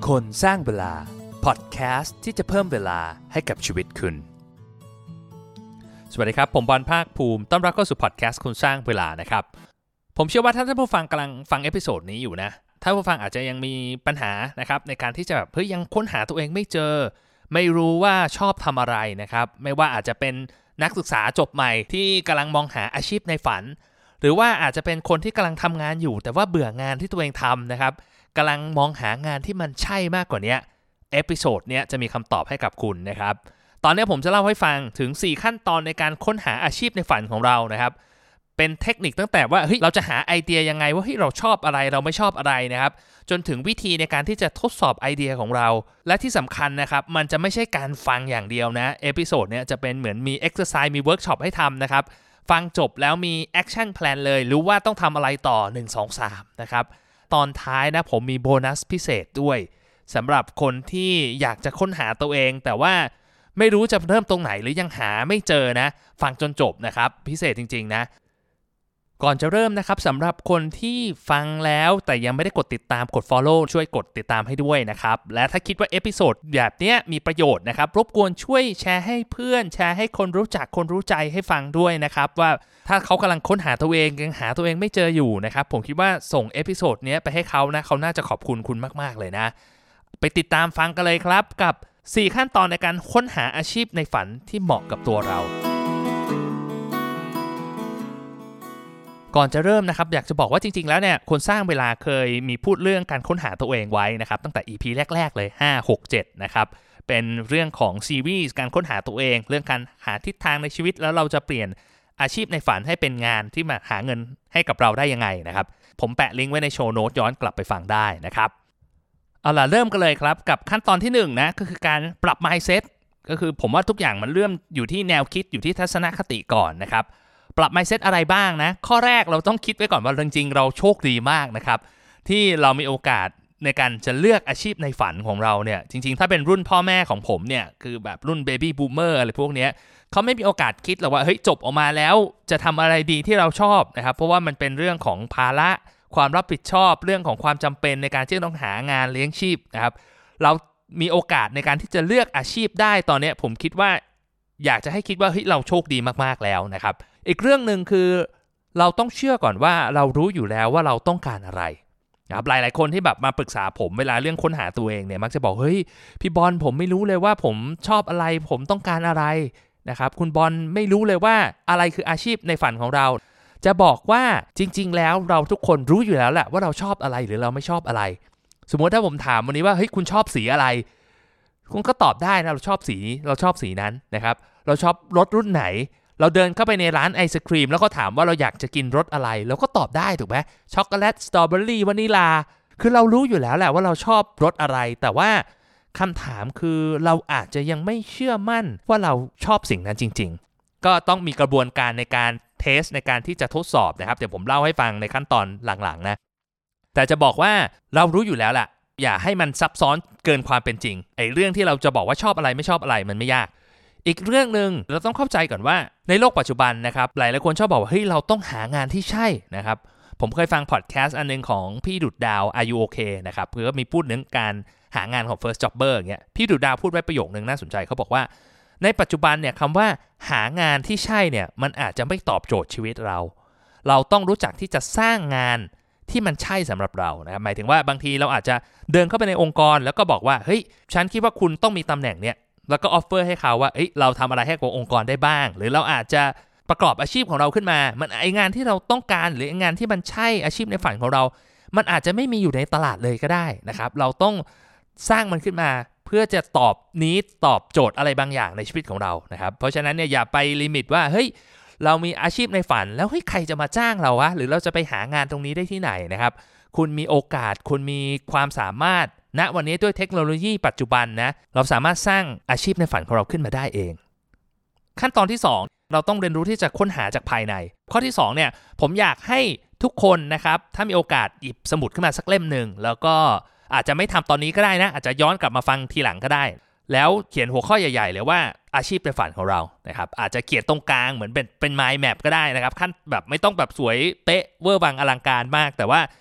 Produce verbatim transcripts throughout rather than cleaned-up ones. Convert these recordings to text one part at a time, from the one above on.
คนสร้างเวลาพอดแคสต์ที่จะเพิ่มเวลาให้กับชีวิตคุณสวัสดีครับผมบอลภาคภูมิต้อนรับเข้าสู่พอดแคสต์คนสร้างเวลานะครับผมเชื่อว่าถ้าท่านผู้ฟังกำลังฟังเอพิโซดนี้อยู่นะท่านผู้ฟังอาจจะยังมีปัญหานะครับในการที่จะแบบเฮ้ยยังค้นหาตัวเองไม่เจอไม่รู้ว่าชอบทำอะไรนะครับไม่ว่าอาจจะเป็นนักศึกษาจบใหม่ที่กำลังมองหาอาชีพในฝันหรือว่าอาจจะเป็นคนที่กำลังทำงานอยู่แต่ว่าเบื่องานที่ตัวเองทำนะครับกำลังมองหางานที่มันใช่มากกว่านี้เอพิโซดเนี้ยจะมีคำตอบให้กับคุณนะครับตอนนี้ผมจะเล่าให้ฟังถึงสี่ขั้นตอนในการค้นหาอาชีพในฝันของเรานะครับเป็นเทคนิคตั้งแต่ว่าเฮ้ยเราจะหาไอเดียยังไงว่าเฮ้ยเราชอบอะไรเราไม่ชอบอะไรนะครับจนถึงวิธีในการที่จะทดสอบไอเดียของเราและที่สำคัญนะครับมันจะไม่ใช่การฟังอย่างเดียวนะเอพิโซดเนี้ยจะเป็นเหมือนมีเอ็กซ์ไซส์มีเวิร์กช็อปให้ทำนะครับฟังจบแล้วมีแอคชั่นแพลนเลยรู้ว่าต้องทำอะไรต่อหนึ่ง สอง สามนะครับตอนท้ายนะผมมีโบนัสพิเศษด้วยสำหรับคนที่อยากจะค้นหาตัวเองแต่ว่าไม่รู้จะเริ่มตรงไหนหรือยังหาไม่เจอนะฟังจนจบนะครับพิเศษจริงๆนะก่อนจะเริ่มนะครับสำหรับคนที่ฟังแล้วแต่ยังไม่ได้กดติดตามกด follow ช่วยกดติดตามให้ด้วยนะครับและถ้าคิดว่าเอพิโซดแบบนี้มีประโยชน์นะครับรบกวนช่วยแชร์ให้เพื่อนแชร์ให้คนรู้จักคนรู้ใจให้ฟังด้วยนะครับว่าถ้าเขากำลังค้นหาตัวเองยังหาตัวเองไม่เจออยู่นะครับผมคิดว่าส่งเอพิโซดนี้ไปให้เขานะเขาน่าจะขอบคุณคุณมากๆเลยนะไปติดตามฟังกันเลยครับกับสี่ขั้นตอนในการค้นหาอาชีพในฝันที่เหมาะกับตัวเราก่อนจะเริ่มนะครับอยากจะบอกว่าจริงๆแล้วเนี่ยคนสร้างเวลาเคยมีพูดเรื่องการค้นหาตัวเองไว้นะครับตั้งแต่ อี พี แรกๆเลยห้า หก เจ็ดนะครับเป็นเรื่องของซีรีส์การค้นหาตัวเองเรื่องการหาทิศทางในชีวิตแล้วเราจะเปลี่ยนอาชีพในฝันให้เป็นงานที่มาหาเงินให้กับเราได้ยังไงนะครับผมแปะลิงก์ไว้ในโชว์โน้ตย้อนกลับไปฟังได้นะครับเอาล่ะเริ่มกันเลยครับกับขั้นตอนที่หนึ่งนะก็คือการปรับ mindset ก็คือผมว่าทุกอย่างมันเริ่มอยู่ที่แนวคิดอยู่ที่ทัศนคติก่อนนะครับปรับ mindset อะไรบ้างนะข้อแรกเราต้องคิดไว้ก่อนว่าจริงๆเราโชคดีมากนะครับที่เรามีโอกาสในการจะเลือกอาชีพในฝันของเราเนี่ยจริงๆถ้าเป็นรุ่นพ่อแม่ของผมเนี่ยคือแบบรุ่น baby boomer อะไรพวกเนี้ยเขาไม่มีโอกาสคิดหรอกว่าเฮ้ยจบออกมาแล้วจะทำอะไรดีที่เราชอบนะครับเพราะว่ามันเป็นเรื่องของภาระความรับผิดชอบเรื่องของความจำเป็นในการที่ต้องหางานเลี้ยงชีพนะครับเรามีโอกาสในการที่จะเลือกอาชีพได้ตอนนี้ผมคิดว่าอยากจะให้คิดว่าเฮ้ยเราโชคดีมากๆแล้วนะครับอีกเรื่องนึงคือเราต้องเชื่อก่อนว่าเรารู้อยู่แล้วว่าเราต้องการอะไรนะครับหลายๆคนที่แบบมาปรึกษาผมเวลาเรื่องค้นหาตัวเองเนี่ยมักจะบอกเฮ้ยพี่บอลผมไม่รู้เลยว่าผมชอบอะไรผมต้องการอะไรนะครับคุณบอลไม่รู้เลยว่าอะไรคืออาชีพในฝันของเราจะบอกว่าจริงๆแล้วเราทุกคนรู้อยู่แล้วแหละว่าเราชอบอะไรหรือเราไม่ชอบอะไรสมมติถ้าผมถามวันนี้ว่าเฮ้ยคุณชอบสีอะไรคุณก็ตอบได้นะเราชอบสีเราชอบสีนั้นนะครับเราชอบรถรุ่นไหนเราเดินเข้าไปในร้านไอศกรีมแล้วก็ถามว่าเราอยากจะกินรสอะไรเราก็ตอบได้ถูกไหมช็อกโกแลตสตรอเบอรี่วานิลาคือเรารู้อยู่แล้วแหละว่าเราชอบรสอะไรแต่ว่าคำถามคือเราอาจจะยังไม่เชื่อมั่นว่าเราชอบสิ่งนั้นจริงๆก็ต้องมีกระบวนการในการเทสในการที่จะทดสอบนะครับเดี๋ยวผมเล่าให้ฟังในขั้นตอนหลังๆนะแต่จะบอกว่าเรารู้อยู่แล้วแหละอย่าให้มันซับซ้อนเกินความเป็นจริงไอ้เรื่องที่เราจะบอกว่าชอบอะไรไม่ชอบอะไรมันไม่ยากอีกเรื่องนึงเราต้องเข้าใจก่อนว่าในโลกปัจจุบันนะครับหลายหลายคนชอบบอกว่าเฮ้ยเราต้องหางานที่ใช่นะครับผมเคยฟังพอดแคสต์อันนึงของพี่ดุจดาว Are You OK นะครับเพื่อมีพูดถึงการหางานของ First Jobber อย่างเงี้ยพี่ดุจดาวพูดไว้ประโยคนึงน่าสนใจเขาบอกว่าในปัจจุบันเนี่ยคำว่าหางานที่ใช่เนี่ยมันอาจจะไม่ตอบโจทย์ชีวิตเราเราต้องรู้จักที่จะสร้างงานที่มันใช่สำหรับเรานะครับหมายถึงว่าบางทีเราอาจจะเดินเข้าไปในองค์กรแล้วก็บอกว่าเฮ้ยฉันคิดว่าคุณต้องมีตำแหน่งเนี่ยแล้วก็ออฟเฟอร์ให้เขาว่าเอ้ยเราทำอะไรให้กับองค์กรได้บ้างหรือเราอาจจะประกอบอาชีพของเราขึ้นมามันไองานที่เราต้องการหรืองานที่มันใช่อาชีพในฝันของเรามันอาจจะไม่มีอยู่ในตลาดเลยก็ได้นะครับเราต้องสร้างมันขึ้นมาเพื่อจะตอบนีดตอบโจทย์อะไรบางอย่างในชีวิตของเรานะครับเพราะฉะนั้นเนี่ยอย่าไปลิมิตว่าเฮ้ยเรามีอาชีพในฝันแล้วเฮ้ยใครจะมาจ้างเราวะหรือเราจะไปหางานตรงนี้ได้ที่ไหนนะครับคุณมีโอกาสคุณมีความสามารถณวันนี้ด้วยเทคโนโลยีปัจจุบันนะเราสามารถสร้างอาชีพในฝันของเราขึ้นมาได้เองขั้นตอนที่สองเราต้องเรียนรู้ที่จะค้นหาจากภายในข้อที่สองเนี่ยผมอยากให้ทุกคนนะครับถ้ามีโอกาสหยิบสมุดขึ้นมาสักเล่มนึงแล้วก็อาจจะไม่ทำตอนนี้ก็ได้นะอาจจะย้อนกลับมาฟังทีหลังก็ได้แล้วเขียนหัวข้อใหญ่ๆเลยว่าอาชีพในฝันของเรานะครับอาจจะเขียนตรงกลางเหมือนเป็นเป็น mind map ก็ได้นะครับขั้นแบบไม่ต้องแบบสวยเป๊ะเวอร์วังอลังการมากแต่ว่า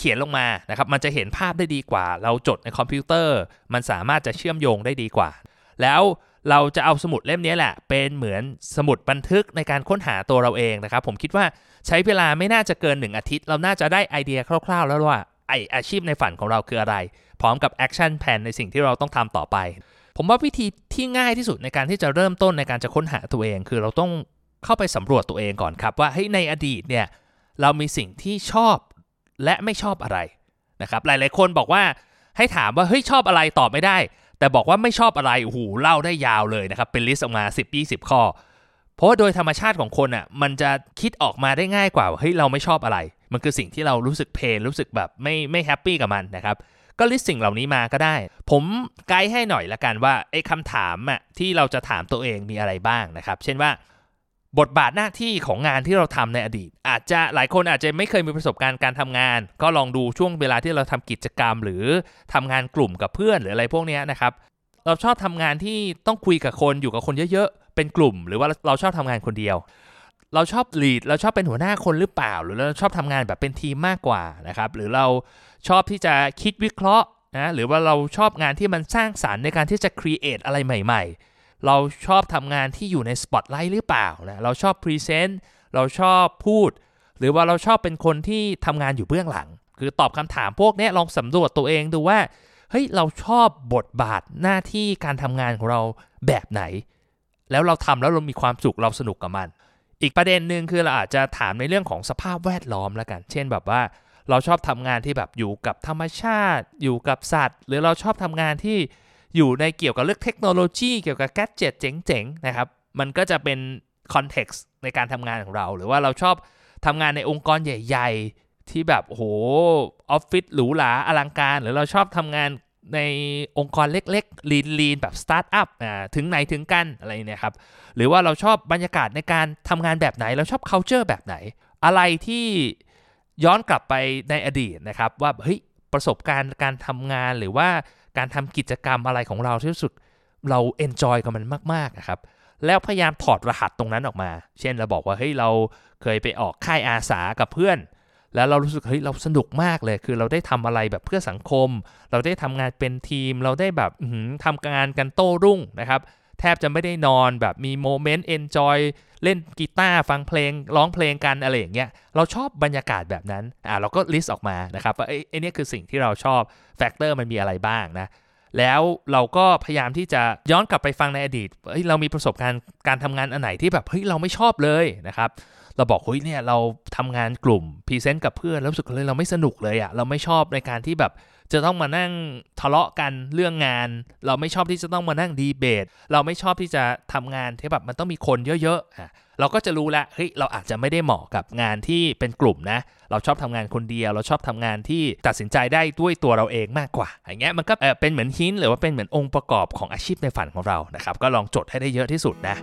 เขียนลงมานะครับมันจะเห็นภาพได้ดีกว่าเราจดในคอมพิวเตอร์มันสามารถจะเชื่อมโยงได้ดีกว่าแล้วเราจะเอาสมุดเล่มนี้แหละเป็นเหมือนสมุดบันทึกในการค้นหาตัวเราเองนะครับผมคิดว่าใช้เวลาไม่น่าจะเกินหนึ่งอาทิตย์เราน่าจะได้ไอเดียคร่าวๆแล้วว่าไออาชีพในฝันของเราคืออะไรพร้อมกับแอคชั่นแพลนในสิ่งที่เราต้องทำต่อไปผมว่าวิธีที่ง่ายที่สุดในการที่จะเริ่มต้นในการจะค้นหาตัวเองคือเราต้องเข้าไปสำรวจตัวเองก่อนครับว่าเฮ้ยในอดีตเนี่ยเรามีสิ่งที่ชอบและไม่ชอบอะไรนะครับหลายๆคนบอกว่าให้ถามว่าเฮ้ยชอบอะไรตอบไม่ได้แต่บอกว่าไม่ชอบอะไรโอ้โหเล่าได้ยาวเลยนะครับเป็นลิสต์ออกมา สิบ ยี่สิบ ข้อเพราะว่าโดยธรรมชาติของคนอ่ะมันจะคิดออกมาได้ง่ายกว่าเฮ้ยเราไม่ชอบอะไรมันคือสิ่งที่เรารู้สึกเพลรู้สึกแบบไม่ไม่แฮปปี้กับมันนะครับก็ลิสต์สิ่งเหล่านี้มาก็ได้ผมไกด์ให้หน่อยละกันว่าไอ้คำถามอ่ะที่เราจะถามตัวเองมีอะไรบ้างนะครับเช่นว่าบทบาทหน้าที่ของงานที่เราทำในอดีตอาจจะหลายคนอาจจะไม่เคยมีประสบการณ์การทำงานก็ลองดูช่วงเวลาที่เราทำกิจกรรมหรือทำงานกลุ่มกับเพื่อนหรืออะไรพวกนี้นะครับเราชอบทำงานที่ต้องคุยกับคนอยู่กับคนเยอะๆเป็นกลุ่มหรือว่าเราชอบทำงานคนเดียวเราชอบลีดเราชอบเป็นหัวหน้าคนหรือเปล่าหรือเราชอบทำงานแบบเป็นทีมมากกว่านะครับหรือเราชอบที่จะคิดวิเคราะห์นะหรือว่าเราชอบงานที่มันสร้างสรรค์ในการที่จะ create อะไรใหม่ๆเราชอบทำงานที่อยู่ในสปอตไลท์หรือเปล่านะเราชอบพรีเซนต์เราชอบพูดหรือว่าเราชอบเป็นคนที่ทำงานอยู่เบื้องหลังคือตอบคำถามพวกนี้ลองสำรวจตัวเองดูว่าเฮ้ยเราชอบบทบาทหน้าที่การทำงานของเราแบบไหนแล้วเราทำแล้วเรามีความสุขเราสนุกกับมันอีกประเด็นหนึ่งคือเราอาจจะถามในเรื่องของสภาพแวดล้อมแล้วกันเช่นแบบว่าเราชอบทำงานที่แบบอยู่กับธรรมชาติอยู่กับสัตว์หรือเราชอบทำงานที่อยู่ในเกี่ยวกับเรื่องเทคโนโลยีเกี่ยวกับแกดเจ็ตเจ๋งๆนะครับมันก็จะเป็นคอนเท็กซ์ในการทำงานของเราหรือว่าเราชอบทำงานในองค์กรใหญ่ๆที่แบบโหออฟฟิศหรูหราอลังการหรือเราชอบทำงานในองค์กรเล็กๆลีนๆแบบสตาร์ทอัพถึงไหนถึงกันอะไรเนี่ยครับหรือว่าเราชอบบรรยากาศในการทำงานแบบไหนเราชอบ culture แบบไหนอะไรที่ย้อนกลับไปในอดีตนะครับว่าเฮ้ยประสบการณ์การทำงานหรือว่าการทำกิจกรรมอะไรของเราที่รู้สึกเรา enjoy กับมันมากๆนะครับแล้วพยายามถอดรหัสตรงนั้นออกมาเช่นเราบอกว่าเฮ้ยเราเคยไปออกค่ายอาสากับเพื่อนแล้วเรารู้สึกเฮ้ยเราสนุกมากเลยคือเราได้ทำอะไรแบบเพื่อสังคมเราได้ทำงานเป็นทีมเราได้แบบทำงานกันโต้รุ่งนะครับแทบจะไม่ได้นอนแบบมีโมเมนต์เอนจอยเล่นกีตาร์ฟังเพลงร้องเพลงกันอะไรอย่างเงี้ยเราชอบบรรยากาศแบบนั้นอ่าเราก็ลิสต์ออกมานะครับว่าไอ้ไอ้นี่คือสิ่งที่เราชอบแฟกเตอร์มันมีอะไรบ้างนะแล้วเราก็พยายามที่จะย้อนกลับไปฟังในอดีตเฮ้ยเรามีประสบการณ์การทำงานอันไหนที่แบบเฮ้ยเราไม่ชอบเลยนะครับเราบอกเฮ้ยเนี่ยเราทำงานกลุ่มพรีเซนต์กับเพื่อนแล้วรู้สึกเลยเราไม่สนุกเลยอะเราไม่ชอบในการที่แบบจะต้องมานั่งทะเลาะกันเรื่องงานเราไม่ชอบที่จะต้องมานั่งดีเบตเราไม่ชอบที่จะทำงานที่แบบมันต้องมีคนเยอะๆอ่ะเราก็จะรู้แล้วเฮ้ยเราอาจจะไม่ได้เหมาะกับงานที่เป็นกลุ่มนะเราชอบทำงานคนเดียวเราชอบทำงานที่ตัดสินใจได้ด้วยตัวเราเองมากกว่าอย่างเงี้ยมันก็เออเป็นเหมือนหินหรือว่าเป็นเหมือนองค์ประกอบของอาชีพในฝันของเรานะครับก็ลองจดให้ได้เยอะที่สุดนะ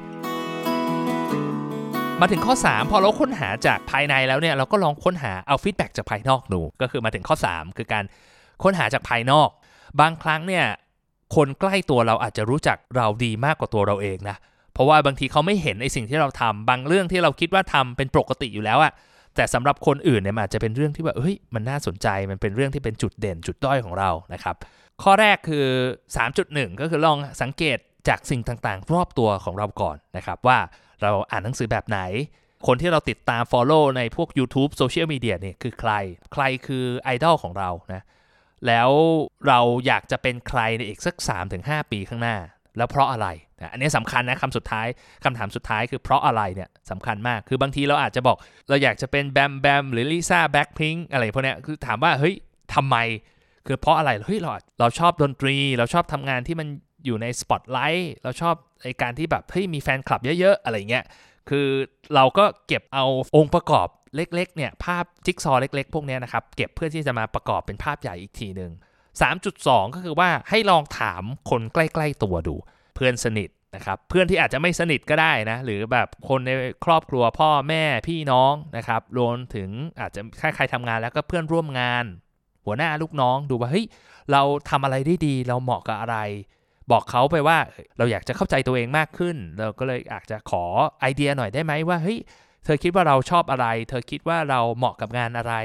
มาถึงข้อสามพอเราค้นหาจากภายในแล้วเนี่ยเราก็ลองค้นหาเอาฟีดแบ็กจากภายนอกดูก็คือมาถึงข้อสามคือการค้นหาจากภายนอกบางครั้งเนี่ยคนใกล้ตัวเราอาจจะรู้จักเราดีมากกว่าตัวเราเองนะเพราะว่าบางทีเขาไม่เห็นในสิ่งที่เราทำบางเรื่องที่เราคิดว่าทำเป็นปกติอยู่แล้วอะแต่สำหรับคนอื่นเนี่ยมันอาจจะเป็นเรื่องที่ว่าเฮ้ยมันน่าสนใจมันเป็นเรื่องที่เป็นจุดเด่นจุดด้อยของเรานะครับข้อแรกคือ สามจุดหนึ่ง ก็คือลองสังเกตจากสิ่งต่างๆรอบตัวของเราก่อนนะครับว่าเราอ่านหนังสือแบบไหนคนที่เราติดตาม follow ในพวก YouTube โซเชียลมีเดียเนี่ยคือใครใครคือไอดอลของเรานะแล้วเราอยากจะเป็นใครในอีกสัก สามถึงห้า ปีข้างหน้าแล้วเพราะอะไรนะอันนี้สำคัญนะคำสุดท้ายคำถามสุดท้ายคือเพราะอะไรเนี่ยสำคัญมากคือบางทีเราอาจจะบอกเราอยากจะเป็นแบมแบมหรือลิซ่าแบล็คพิงค์อะไรพวกนี้คือถามว่าเฮ้ยทำไมคือเพราะอะไรเฮ้ยเราเราชอบดนตรีเราชอบทำงานที่มันอยู่ในสปอตไลท์เราชอบไอ้การที่แบบเฮ้ยมีแฟนคลับเยอะๆอะไรเงี้ยคือเราก็เก็บเอาองค์ประกอบเล็กๆเนี่ยภาพจิ๊กซอว์เล็กๆพวกนี้นะครับเก็บเพื่อที่จะมาประกอบเป็นภาพใหญ่อีกทีนึง สามจุดสอง ก็คือว่าให้ลองถามคนใกล้ๆตัวดูเพื่อนสนิทนะครับเพื่อนที่อาจจะไม่สนิทก็ได้นะหรือแบบคนในครอบครัวพ่อแม่พี่น้องนะครับรวมถึงอาจจะใครๆทำงานแล้วก็เพื่อนร่วมงานหัวหน้าลูกน้องดูว่าเฮ้ยเราทำอะไรได้ดีเราเหมาะกับอะไรบอกเขาไปว่าเราอยากจะเข้าใจตัวเองมากขึ้นเราก็เลยอาจจะขอไอเดียหน่อยได้ไหมว่าเฮ้ยเธอคิดว่าเราชอบอะไรเธอคิดว่าเราเหมาะกับงานอะไร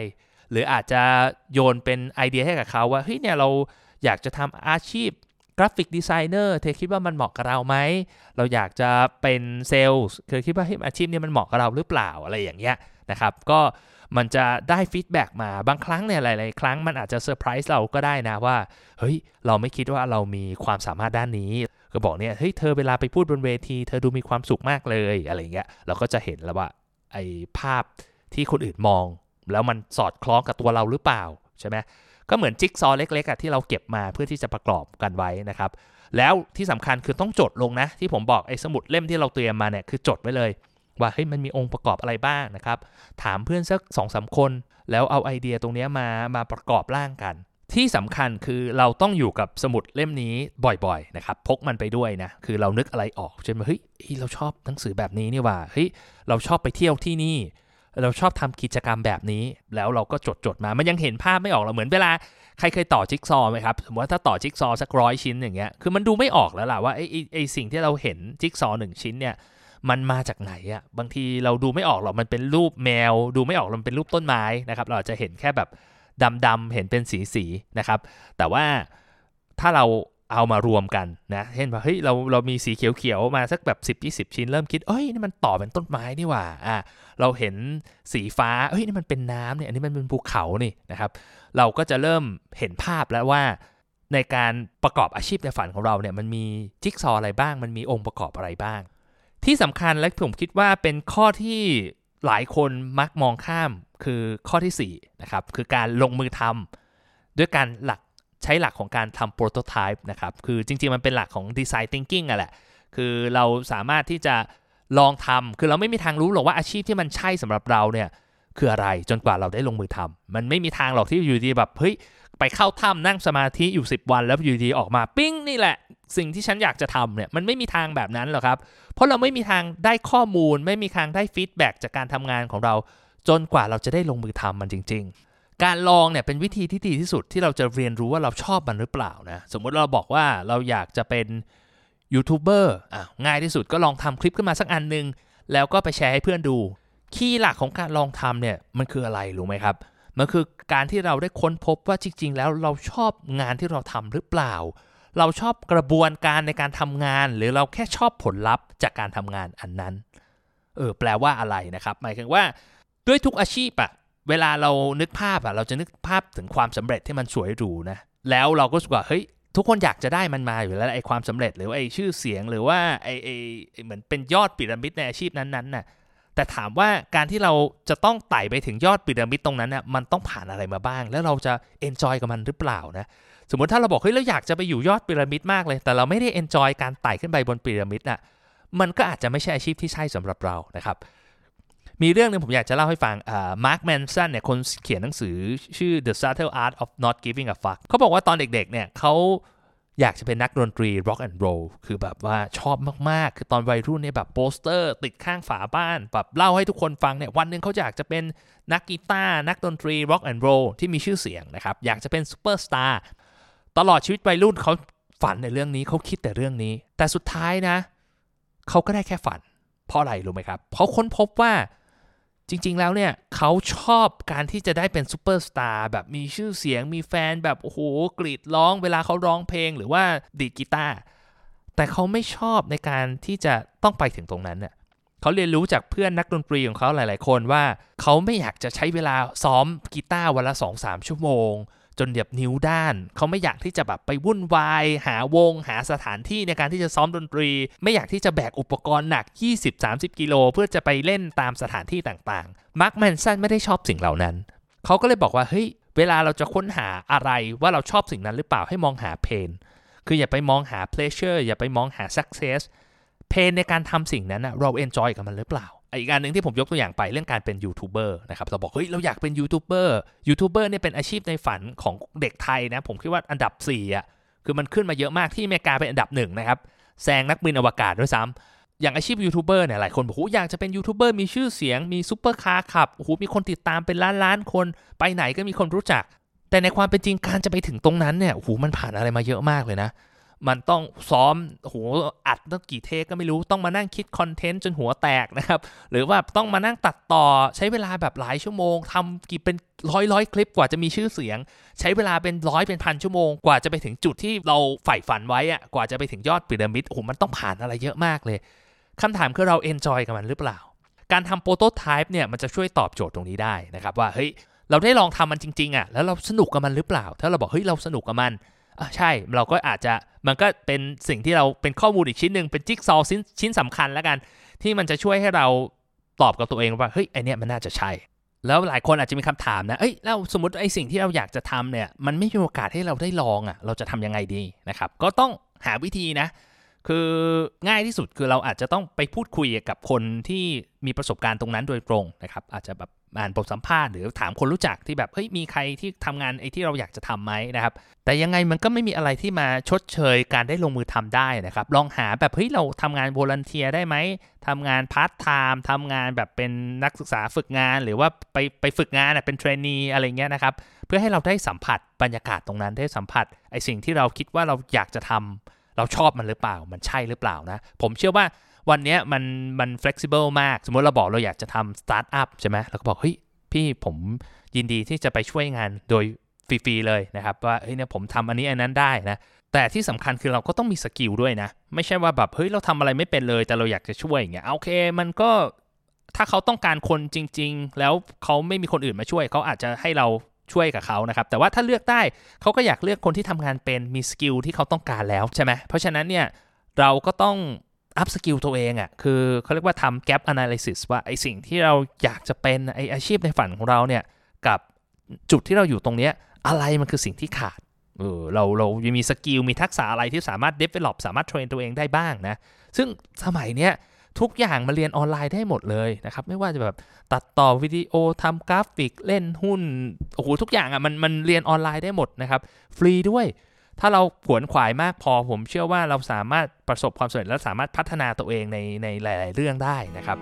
หรืออาจจะโยนเป็นไอเดียให้กับเขาว่าเฮ้ยเนี่ยเราอยากจะทำอาชีพกราฟิกดีไซเนอร์เธอคิดว่ามันเหมาะกับเราไหมเราอยากจะเป็นเซลล์เธอคิดว่าให้อาชีพนี้มันเหมาะกับเราหรือเปล่าอะไรอย่างเงี้ยนะครับก็มันจะได้ฟีดแบ็กมาบางครั้งเนี่ยหลายๆครั้งมันอาจจะเซอร์ไพรส์เราก็ได้นะว่าเฮ้ยเราไม่คิดว่าเรามีความสามารถด้านนี้ก็บอกเนี่ยเฮ้ยเธอเวลาไปพูดบนเวทีเธอดูมีความสุขมากเลยอะไรเงี้ยเราก็จะเห็นแล้วว่าไอ้ภาพที่คนอื่นมองแล้วมันสอดคล้องกับตัวเราหรือเปล่าใช่ไหมก็เหมือนจิ๊กซอว์เล็กๆที่เราเก็บมาเพื่อที่จะประกอบกันไว้นะครับแล้วที่สำคัญคือต้องจดลงนะที่ผมบอกไอ้สมุดเล่มที่เราเตรียมมาเนี่ยคือจดไว้เลยว่าเฮ้ยมันมีองค์ประกอบอะไรบ้างนะครับถามเพื่อนสัก สองสาม คนแล้วเอาไอเดียตรงนี้มามาประกอบร่างกันที่สำคัญคือเราต้องอยู่กับสมุดเล่มนี้บ่อยๆนะครับพกมันไปด้วยนะคือเรานึกอะไรออกใช่ไหมเฮ้ยเราชอบหนังสือแบบนี้นี่ว่าเฮ้ยเราชอบไปเที่ยวที่นี่เราชอบทำกิจกรรมแบบนี้แล้วเราก็จดจดมามันยังเห็นภาพไม่ออกเราเหมือนเวลาใครเคยต่อจิ๊กซอว์ไหมครับสมมติว่าถ้าต่อจิ๊กซอว์สักร้อยชิ้นอย่างเงี้ยคือมันดูไม่ออกแล้วล่ะว่าไอ้ไอ้สิ่งที่เราเห็นจิ๊กซอว์หนึ่งชิ้นเนี่ยมันมาจากไหนอ่ะบางทีเราดูไม่ออกหรอกมันเป็นรูปแมวดูไม่ออกมันเป็นรูปต้นไม้นะครับเราจะเห็นแค่แบบดำๆเห็นเป็นสีๆนะครับแต่ว่าถ้าเราเอามารวมกันนะเห็นว่าเฮ้ยเราเรามีสีเขียวๆมาสักแบบ สิบ ยี่สิบ ชิ้นเริ่มคิดเอ้ยนี่มันต่อเป็นต้นไม้นี่หว่าอ่ะเราเห็นสีฟ้าเฮ้ยนี่มันเป็นน้ำเนี่ยอันนี้มันเป็นภูเขานี่นะครับเราก็จะเริ่มเห็นภาพแล้วว่าในการประกอบอาชีพในฝันของเราเนี่ยมันมีจิ๊กซอว์อะไรบ้างมันมีองค์ประกอบอะไรบ้างที่สำคัญและผมคิดว่าเป็นข้อที่หลายคนมักมองข้ามคือข้อที่สี่นะครับคือการลงมือทำด้วยการหลักใช้หลักของการทำโปรโตไทป์นะครับคือจริงๆมันเป็นหลักของ Design Thinking อ่ะแหละคือเราสามารถที่จะลองทำคือเราไม่มีทางรู้หรอกว่าอาชีพที่มันใช่สำหรับเราเนี่ยคืออะไรจนกว่าเราได้ลงมือทำมันไม่มีทางหรอกที่อยู่ดีแบบเฮ้ยไปเข้าถ้ำนั่งสมาธิอยู่สิบวันแล้วอยู่ดีออกมาปิ้งนี่แหละสิ่งที่ฉันอยากจะทำเนี่ยมันไม่มีทางแบบนั้นหรอกครับเพราะเราไม่มีทางได้ข้อมูลไม่มีทางได้ฟีดแบ็กจากการทำงานของเราจนกว่าเราจะได้ลงมือทำมันจริงๆการลองเนี่ยเป็นวิธีที่ดีที่สุดที่เราจะเรียนรู้ว่าเราชอบมันหรือเปล่านะสมมติเราบอกว่าเราอยากจะเป็นยูทูบเบอร์อ่ะง่ายที่สุดก็ลองทำคลิปขึ้นมาสักอันนึงแล้วก็ไปแชร์ให้เพื่อนดูคีย์หลักของการลองทำเนี่ยมันคืออะไรรู้ไหมครับมันคือการที่เราได้ค้นพบว่าจริงๆแล้วเราชอบงานที่เราทำหรือเปล่าเราชอบกระบวนการในการทำงานหรือเราแค่ชอบผลลัพธ์จากการทำงานอันนั้นเออแปลว่าอะไรนะครับหมายถึงว่าด้วยทุกอาชีพอะเวลาเรานึกภาพอะเราจะนึกภาพถึงความสำเร็จที่มันสวยหรูนะแล้วเราก็รู้สึกว่าเฮ้ยทุกคนอยากจะได้มันมาอยู่แล้วไอ้ความสำเร็จหรือไอ้ชื่อเสียงหรือว่าไอ้ไอ้เหมือนเป็นยอดพีระมิดในอาชีพนั้นๆน่ะแต่ถามว่าการที่เราจะต้องไต่ไปถึงยอดพีระมิดตรงนั้นน่ะมันต้องผ่านอะไรมาบ้างแล้วเราจะเอนจอยกับมันหรือเปล่านะสมมติถ้าเราบอกเฮ้ยเราอยากจะไปอยู่ยอดพีระมิดมากเลยแต่เราไม่ได้เอนจอยการไต่ขึ้นไปบนพีระมิดน่ะมันก็อาจจะไม่ใช่อาชีพที่ใช่สำหรับเรานะครับมีเรื่องนึงผมอยากจะเล่าให้ฟังอ่ามาร์คแมนสันเนี่ยคนเขียนหนังสือชื่อ The Subtle Art of Not Giving a Fuck เขาบอกว่าตอนเด็กๆเนี่ยเขาอยากจะเป็นนักดนตรี rock and roll คือแบบว่าชอบมากๆคือตอนวัยรุ่นเนี่ยแบบโปสเตอร์ติดข้างฝาบ้านแบบเล่าให้ทุกคนฟังเนี่ยวันนึงเขาอยากจะเป็นนักกีตาร์นักดนตรี rock and roll ที่มีชื่อเสียงนะครับอยากจะเป็นซูเปอร์สตาร์ตลอดชีวิตวัยรุ่นเขาฝันในเรื่องนี้เขาคิดแต่เรื่องนี้แต่สุดท้ายนะเขาก็ได้แค่ฝันเพราะอะไรรู้ไหมครับเขาค้นพบว่าจริงๆแล้วเนี่ยเขาชอบการที่จะได้เป็นซูเปอร์สตาร์แบบมีชื่อเสียงมีแฟนแบบโอ้โหกรีดร้องเวลาเขาร้องเพลงหรือว่าดีดกีตาร์แต่เขาไม่ชอบในการที่จะต้องไปถึงตรงนั้นเนี่ยเขาเรียนรู้จากเพื่อนนักดนตรีของเขาหลายๆคนว่าเขาไม่อยากจะใช้เวลาซ้อมกีตาร์วันละ สองถึงสาม ชั่วโมงจนเดือบนิ้วด้านเขาไม่อยากที่จะแบบไปวุ่นวายหาวงหาสถานที่ในการที่จะซ้อมดนตรีไม่อยากที่จะแบกอุปกรณ์หนัก ยี่สิบถึงสามสิบ กิโลเพื่อจะไปเล่นตามสถานที่ต่างๆมาร์คแมนสันไม่ได้ชอบสิ่งเหล่านั้นเขาก็เลยบอกว่าเฮ้ยเวลาเราจะค้นหาอะไรว่าเราชอบสิ่งนั้นหรือเปล่าให้มองหาเพนคืออย่าไปมองหา pleasure อย่าไปมองหา success เพนในการทำสิ่งนั้นนะเรา enjoy กับมันหรือเปล่าอีกอันหนึ่งที่ผมยกตัวอย่างไปเรื่องการเป็นยูทูบเบอร์นะครับเราบอกเฮ้ยเราอยากเป็นยูทูบเบอร์ยูทูบเบอร์เนี่ยเป็นอาชีพในฝันของเด็กไทยนะผมคิดว่าอันดับสี่อ่ะคือมันขึ้นมาเยอะมากที่อเมริกาเป็นอันดับหนึ่งนะครับแซงนักบินอวกาศด้วยซ้ำอย่างอาชีพยูทูบเบอร์เนี่ยหลายคนบอกโอ้อยากจะเป็นยูทูบเบอร์มีชื่อเสียงมีซุปเปอร์คาร์ขับโอ้โหมีคนติดตามเป็นล้านล้านคนไปไหนก็มีคนรู้จักแต่ในความเป็นจริงการจะไปถึงตรงนั้นเนี่ยโอ้โหมันผ่านอะไรมาเยอะมากเลยนะมันต้องซ้อมโหอัดตั้งกี่เทคก็ไม่รู้ต้องมานั่งคิดคอนเทนต์จนหัวแตกนะครับหรือว่าต้องมานั่งตัดต่อใช้เวลาแบบหลายชั่วโมงทำกี่เป็นร้อยร้อยคลิปกว่าจะมีชื่อเสียงใช้เวลาเป็นร้อยเป็นพันชั่วโมงกว่าจะไปถึงจุดที่เราใฝ่ฝันไว้อะกว่าจะไปถึงยอดพีระมิดโอ้โหมันต้องผ่านอะไรเยอะมากเลยคำถามคือเราเอนจอยกับมันหรือเปล่าการทำโปรโตไทป์เนี่ยมันจะช่วยตอบโจทย์ตรงนี้ได้นะครับว่าเฮ้ยเราได้ลองทำมันจริงๆอ่ะแล้วเราสนุกกับมันหรือเปล่าถ้าเราบอกเฮ้ยเราสนุกกับมันอ่ะใช่เราก็อาจจะมันก็เป็นสิ่งที่เราเป็นข้อมูลอีกชิ้นหนึ่งเป็นจิ๊กซอว์ชิ้นชิ้นสำคัญแล้วกันที่มันจะช่วยให้เราตอบกับตัวเองว่าเฮ้ยไอเนี้ยมันน่าจะใช่แล้วหลายคนอาจจะมีคำถามนะเอ้ยแล้วสมมติไอสิ่งที่เราอยากจะทำเนี่ยมันไม่มีโอกาสให้เราได้ลองอ่ะเราจะทำยังไงดีนะครับก็ต้องหาวิธีนะคือง่ายที่สุดคือเราอาจจะต้องไปพูดคุยกับคนที่มีประสบการณ์ตรงนั้นโดยตรงนะครับอาจจะแบบอ่านบทสัมภาษณ์หรือถามคนรู้จักที่แบบเฮ้ยมีใครที่ทำงานไอ้ที่เราอยากจะทำไหมนะครับแต่ยังไงมันก็ไม่มีอะไรที่มาชดเชยการได้ลงมือทำได้นะครับลองหาแบบเฮ้ยเราทำงานวอลันเทียร์ได้ไหมทำงานพาร์ทไทม์ทำงานแบบเป็นนักศึกษาฝึกงานหรือว่าไปไปฝึกงานเป็นเทรนนีอะไรเงี้ยนะครับเพื่อให้เราได้สัมผัสบรรยากาศตรงนั้นได้สัมผัสไอ้สิ่งที่เราคิดว่าเราอยากจะทำเราชอบมันหรือเปล่ามันใช่หรือเปล่านะผมเชื่อว่าวันนี้มันมัน flexible มากสมมติเราบอกเราอยากจะทำสตาร์ทอัพใช่ไหมเราก็บอกเฮ้ยพี่ผมยินดีที่จะไปช่วยงานโดยฟรีๆเลยนะครับว่าเฮ้ยเนี่ยผมทำอันนี้อันนั้นได้นะแต่ที่สำคัญคือเราก็ต้องมีสกิลด้วยนะไม่ใช่ว่าแบบเฮ้ยเราทำอะไรไม่เป็นเลยแต่เราอยากจะช่วยอย่างเงี้ยโอเคมันก็ถ้าเขาต้องการคนจริงๆแล้วเขาไม่มีคนอื่นมาช่วยเขาอาจจะให้เราช่วยกับเขานะครับแต่ว่าถ้าเลือกได้เขาก็อยากเลือกคนที่ทำงานเป็นมีสกิลที่เขาต้องการแล้วใช่ไหมเพราะฉะนั้นเนี่ยเราก็ต้องอัพสกิลตัวเองอ่ะคือเขาเรียกว่าทำ gap analysis ว่าไอสิ่งที่เราอยากจะเป็นไออาชีพในฝันของเราเนี่ยกับจุดที่เราอยู่ตรงเนี้ยอะไรมันคือสิ่งที่ขาดเออเราเรามีสกิลมีทักษะอะไรที่สามารถ develop สามารถเทรนตัวเองได้บ้างนะซึ่งสมัยเนี้ยทุกอย่างมาเรียนออนไลน์ได้หมดเลยนะครับไม่ว่าจะแบบตัดต่อวิดีโอทำกราฟิกเล่นหุ้นโอ้โหทุกอย่างอ่ะมันมันเรียนออนไลน์ได้หมดนะครับฟรีด้วยถ้าเราขวนขวายมากพอผมเชื่อว่าเราสามารถประสบความสำเร็จและสามารถพัฒนาตัวเองในในหลายๆเรื่องได้นะครับ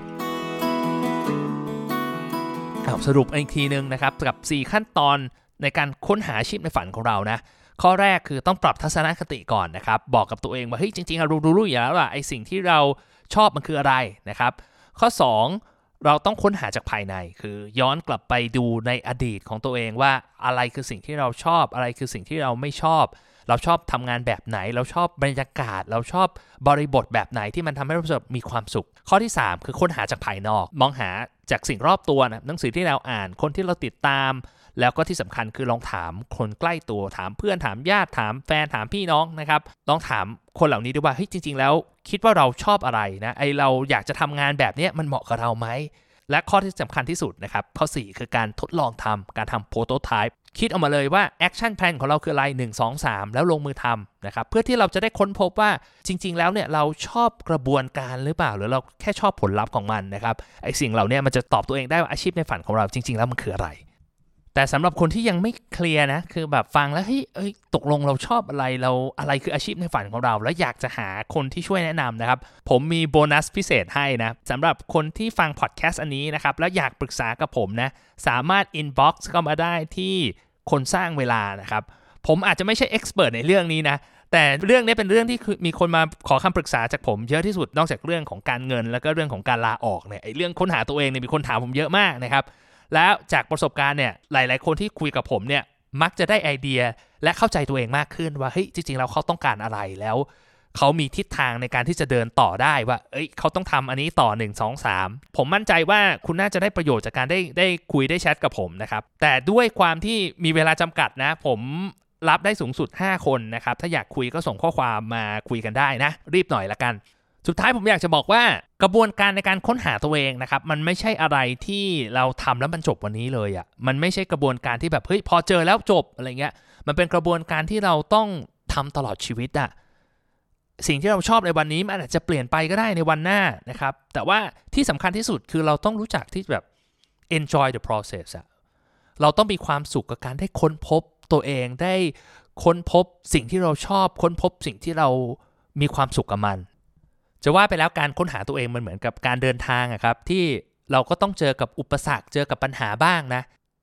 เอาสรุปอีกทีนึงนะครับกับสี่ขั้นตอนในการค้นหาอาชีพในฝันของเรานะข้อแรกคือต้องปรับทัศนคติก่อนนะครับบอกกับตัวเองว่าเฮ้ยจริงๆเรารู้อยู่แล้วล่ะไอสิ่งที่เราชอบมันคืออะไรนะครับข้อสองเราต้องค้นหาจากภายในคือย้อนกลับไปดูในอดีตของตัวเองว่าอะไรคือสิ่งที่เราชอบอะไรคือสิ่งที่เราไม่ชอบเราชอบทำงานแบบไหนเราชอบบรรยากาศเราชอบบริบทแบบไหนที่มันทำให้เรามีความสุขข้อที่สามคือค้นหาจากภายนอกมองหาจากสิ่งรอบตัวนะหนังสือที่เราอ่านคนที่เราติดตามแล้วก็ที่สำคัญคือลองถามคนใกล้ตัวถามเพื่อนถามญาติถามแฟนถามพี่น้องนะครับลองถามคนเหล่านี้ดูว่าเฮ้ยจริงๆแล้วคิดว่าเราชอบอะไรนะไอเราอยากจะทำงานแบบนี้มันเหมาะกับเราไหมและข้อที่สำคัญที่สุดนะครับข้อสี่คือการทดลองทำการทำโปรโตไทป์คิดออกมาเลยว่าแอคชั่นแพลนของเราคืออะไรหนึ่ง สอง สามแล้วลงมือทำนะครับเพื่อที่เราจะได้ค้นพบว่าจริงๆแล้วเนี่ยเราชอบกระบวนการหรือเปล่าหรือเราแค่ชอบผลลัพธ์ของมันนะครับไอสิ่งเหล่านี้มันจะตอบตัวเองได้ว่าอาชีพในฝันของเราจริงๆแล้วมันคืออะไรแต่สำหรับคนที่ยังไม่เคลียร์นะคือแบบฟังแล้วเฮ้ยเอ้ยตกลงเราชอบอะไรเราอะไรคืออาชีพในฝันของเราแล้วอยากจะหาคนที่ช่วยแนะนำนะครับผมมีโบนัสพิเศษให้นะสำหรับคนที่ฟังพอดแคสต์อันนี้นะครับแล้วอยากปรึกษากับผมนะสามารถ inbox เข้ามาได้ที่คนสร้างเวลานะครับผมอาจจะไม่ใช่ expert ในเรื่องนี้นะแต่เรื่องนี้เป็นเรื่องที่มีคนมาขอคำปรึกษาจากผมเยอะที่สุดนอกจากเรื่องของการเงินแล้วก็เรื่องของการลาออกเนี่ยไอ้เรื่องค้นหาตัวเองเนี่ยมีคนถามผมเยอะมากนะครับแล้วจากประสบการณ์เนี่ยหลายๆคนที่คุยกับผมเนี่ยมักจะได้ไอเดียและเข้าใจตัวเองมากขึ้นว่าเฮ้ยจริงๆแล้วเขาต้องการอะไรแล้วเขามีทิศทางในการที่จะเดินต่อได้ว่าเอ้ยเขาต้องทำอันนี้ต่อหนึ่ง สอง สามผมมั่นใจว่าคุณน่าจะได้ประโยชน์จากการได้ได้คุยได้แชทกับผมนะครับแต่ด้วยความที่มีเวลาจำกัดนะผมรับได้สูงสุดห้าคนนะครับถ้าอยากคุยก็ส่งข้อความมาคุยกันได้นะรีบหน่อยละกันสุดท้ายผมอยากจะบอกว่ากระบวนการในการค้นหาตัวเองนะครับมันไม่ใช่อะไรที่เราทำแล้วมันจบวันนี้เลยอ่ะมันไม่ใช่กระบวนการที่แบบเฮ้ยพอเจอแล้วจบอะไรเงี้ยมันเป็นกระบวนการที่เราต้องทำตลอดชีวิตอ่ะสิ่งที่เราชอบในวันนี้มันอาจจะเปลี่ยนไปก็ได้ในวันหน้านะครับแต่ว่าที่สำคัญที่สุดคือเราต้องรู้จักที่แบบ enjoy the process อ่ะเราต้องมีความสุขกับการได้ค้นพบตัวเองได้ค้นพบสิ่งที่เราชอบค้นพบสิ่งที่เรามีความสุขกับมันจะว่าไปแล้วการค้นหาตัวเองมันเหมือนกับการเดินทางอะครับที่เราก็ต้องเจอกับอุปสรรคเจอกับปัญหาบ้างนะ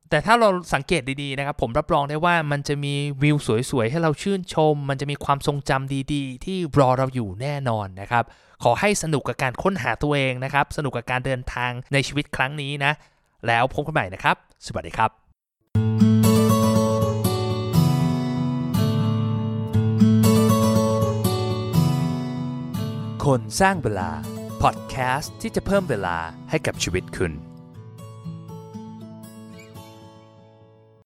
แต่ถ้าเราสังเกตดีๆนะครับผมรับรองได้ว่ามันจะมีวิวสวยๆให้เราชื่นชมมันจะมีความทรงจำดีๆที่รอเราอยู่แน่นอนนะครับขอให้สนุกกับการค้นหาตัวเองนะครับสนุกกับการเดินทางในชีวิตครั้งนี้นะแล้วพบกันใหม่นะครับสวัสดีครับคนสร้างเวลาพอดแคสต์ที่จะเพิ่มเวลาให้กับชีวิตคุณ